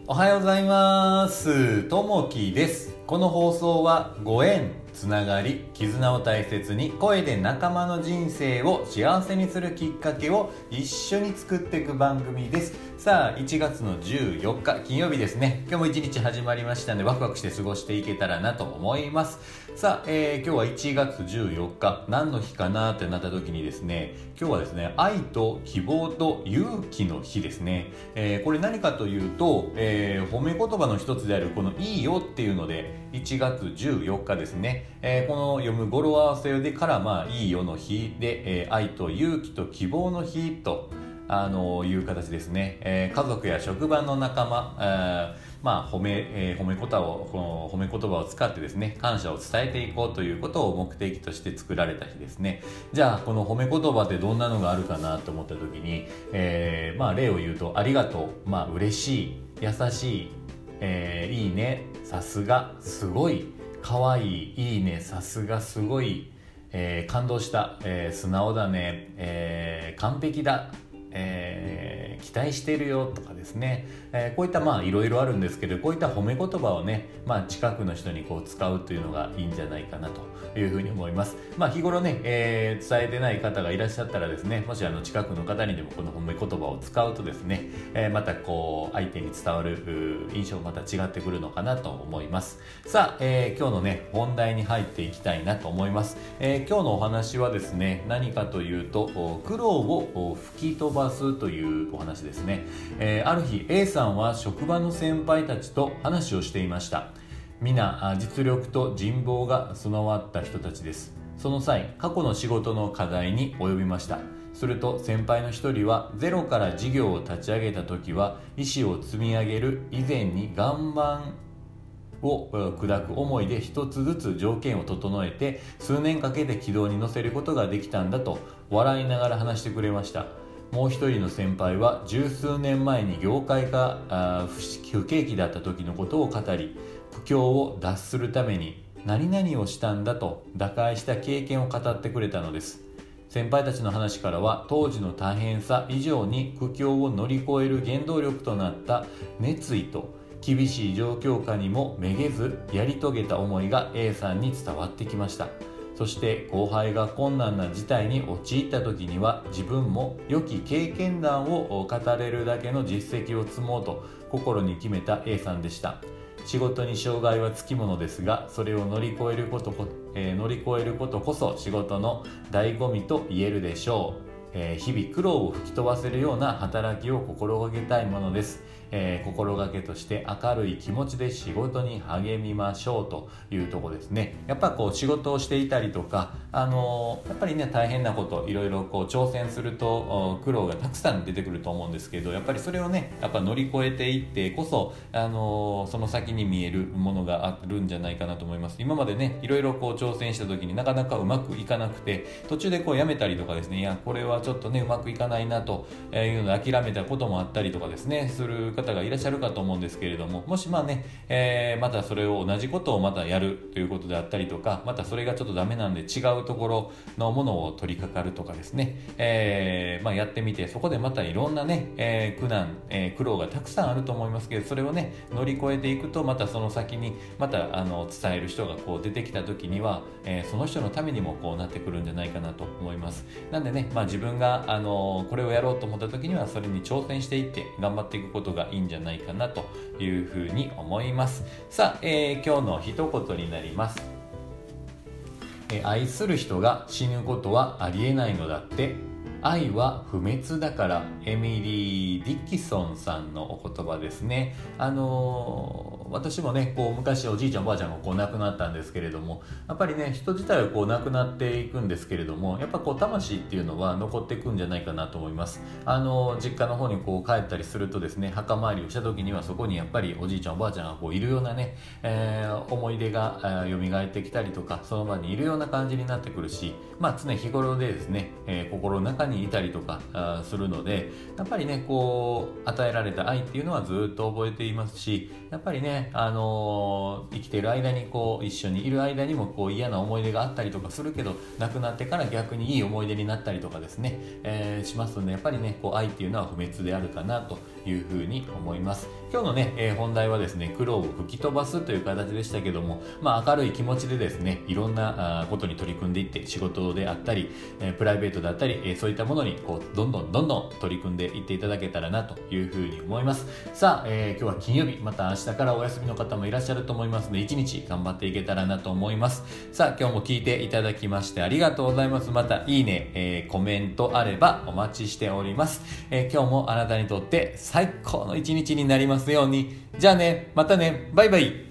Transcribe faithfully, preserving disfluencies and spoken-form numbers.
おはようございます。ともきです。この放送はご縁、つながり、絆を大切に声で仲間の人生を幸せにするきっかけを一緒に作っていく番組です。さあいちがつのじゅうよっか金曜日ですね。今日も一日始まりましたのでワクワクして過ごしていけたらなと思います。さあ、えー、今日はいちがつじゅうよっか何の日かなってなった時にですね、今日はですね愛と希望と勇気の日ですね。えー、これ何かというと、えー、褒め言葉の一つであるこのいいよっていうのでいちがつじゅうよっかですね、えー、この読む語呂合わせでからまあいいよの日で、えー、愛と勇気と希望の日とあのいう形ですね。えー、家族や職場の仲間、えーまあ、褒め、えー、褒め言葉をこの褒め言葉を使ってですね感謝を伝えていこうということを目的として作られた日ですね。じゃあこの褒め言葉ってどんなのがあるかなと思った時に、えー、まあ例を言うとありがとう、まあ嬉しい、優しい、えー、いいね、さすが、すごい、かわいい、いいね、さすが、すごい、えー、感動した、えー、素直だね、えー、完璧だ、えー、期待しているよとかですね、えー、こういったまあいろいろあるんですけど、こういった褒め言葉をね、まあ、近くの人にこう使うというのがいいんじゃないかなというふうに思います。まあ日頃ね、えー、伝えてない方がいらっしゃったらですね、もしあの近くの方にでもこの褒め言葉を使うとですね、えー、またこう相手に伝わる印象また違ってくるのかなと思います。さあ、えー、今日のね本題に入っていきたいなと思います。えー、今日のお話はですね、何かというと苦労を吹き飛ばすというお話ですね。えー、ある日 A さんは職場の先輩たちと話をしていました。皆実力と人望が備わった人たちです。その際過去の仕事の課題に及びました。すると先輩の一人はゼロから事業を立ち上げた時は意思を積み上げる以前に岩盤を砕く思いで一つずつ条件を整えて数年かけて軌道に乗せることができたんだと笑いながら話してくれました。もう一人の先輩は十数年前に業界が不景気だった時のことを語り、苦境を脱するために何々をしたんだと打開した経験を語ってくれたのです。先輩たちの話からは当時の大変さ以上に苦境を乗り越える原動力となった熱意と厳しい状況下にもめげずやり遂げた思いが A さんに伝わってきました。そして後輩が困難な事態に陥った時には自分も良き経験談を語れるだけの実績を積もうと心に決めた A さんでした。仕事に障害はつきものですが、それを乗り越えることこ、えー、乗り越えることこそ仕事の醍醐味と言えるでしょう。えー、日々苦労を吹き飛ばせるような働きを心がけたいものです。えー、心がけとして明るい気持ちで仕事に励みましょうというところですね。やっぱこう仕事をしていたりとか、あのー、やっぱりね大変なこといろいろこう挑戦すると苦労がたくさん出てくると思うんですけど、やっぱりそれをねやっぱ乗り越えていってこそ、あのー、その先に見えるものがあるんじゃないかなと思います。今までねいろいろこう挑戦した時になかなかうまくいかなくて途中でこうやめたりとかですね、いやこれはちょっとねうまくいかないなというので諦めたこともあったりとかですねする方がいらっしゃるかと思うんですけれども、もしまあね、えー、またそれを同じことをまたやるということであったりとか、またそれがちょっとダメなんで違うところのものを取り掛かるとかですね、えーまあ、やってみてそこでまたいろんなね、えー、苦難、えー、苦労がたくさんあると思いますけど、それをね乗り越えていくとまたその先にまたあの伝える人がこう出てきた時には、えー、その人のためにもこうなってくるんじゃないかなと思います。なんでね、まあ、自分があのこれをやろうと思った時にはそれに挑戦していって頑張っていくことがいいんじゃないかなというふうに思います。さあ、えー、今日の一言になります。えー、愛する人が死ぬことはありえないのだって、愛は不滅だから。エミリー・ディキソンさんのお言葉ですね。あのー、私もねこう昔おじいちゃんおばあちゃんがこう亡くなったんですけれども、やっぱりね人自体はこう亡くなっていくんですけれども、やっぱこう魂っていうのは残っていくんじゃないかなと思います。あのー、実家の方にこう帰ったりするとですね、墓参りをした時にはそこにやっぱりおじいちゃんおばあちゃんがこういるようなね、えー、思い出が、えー、蘇ってきたりとかその場にいるような感じになってくるし、まあ常日頃でですね、えー、心の中にいたりとかあするので、やっぱりねこう与えられた愛っていうのはずっと覚えていますし、やっぱりね、あのー、生きている間にこう一緒にいる間にもこう嫌な思い出があったりとかするけど、亡くなってから逆にいい思い出になったりとかですね、えー、しますので、やっぱりねこう愛っていうのは不滅であるかなというふうに思います。 今日のね、えー、本題はですね、苦労を吹き飛ばすという形でしたけども、まあ明るい気持ちでですね、いろんなことに取り組んでいって、仕事であったり、えー、プライベートであったり、えー、そういったものにこうどんどんどんどん取り組んでいっていただけたらなというふうに思います。さあ、えー、今日は金曜日、また明日からお休みの方もいらっしゃると思いますので、一日頑張っていけたらなと思います。さあ、今日も聞いていただきましてありがとうございます。またいいね、えー、コメントあればお待ちしております。えー、今日もあなたにとって最高の一日になりますように。じゃあね、またね、バイバイ。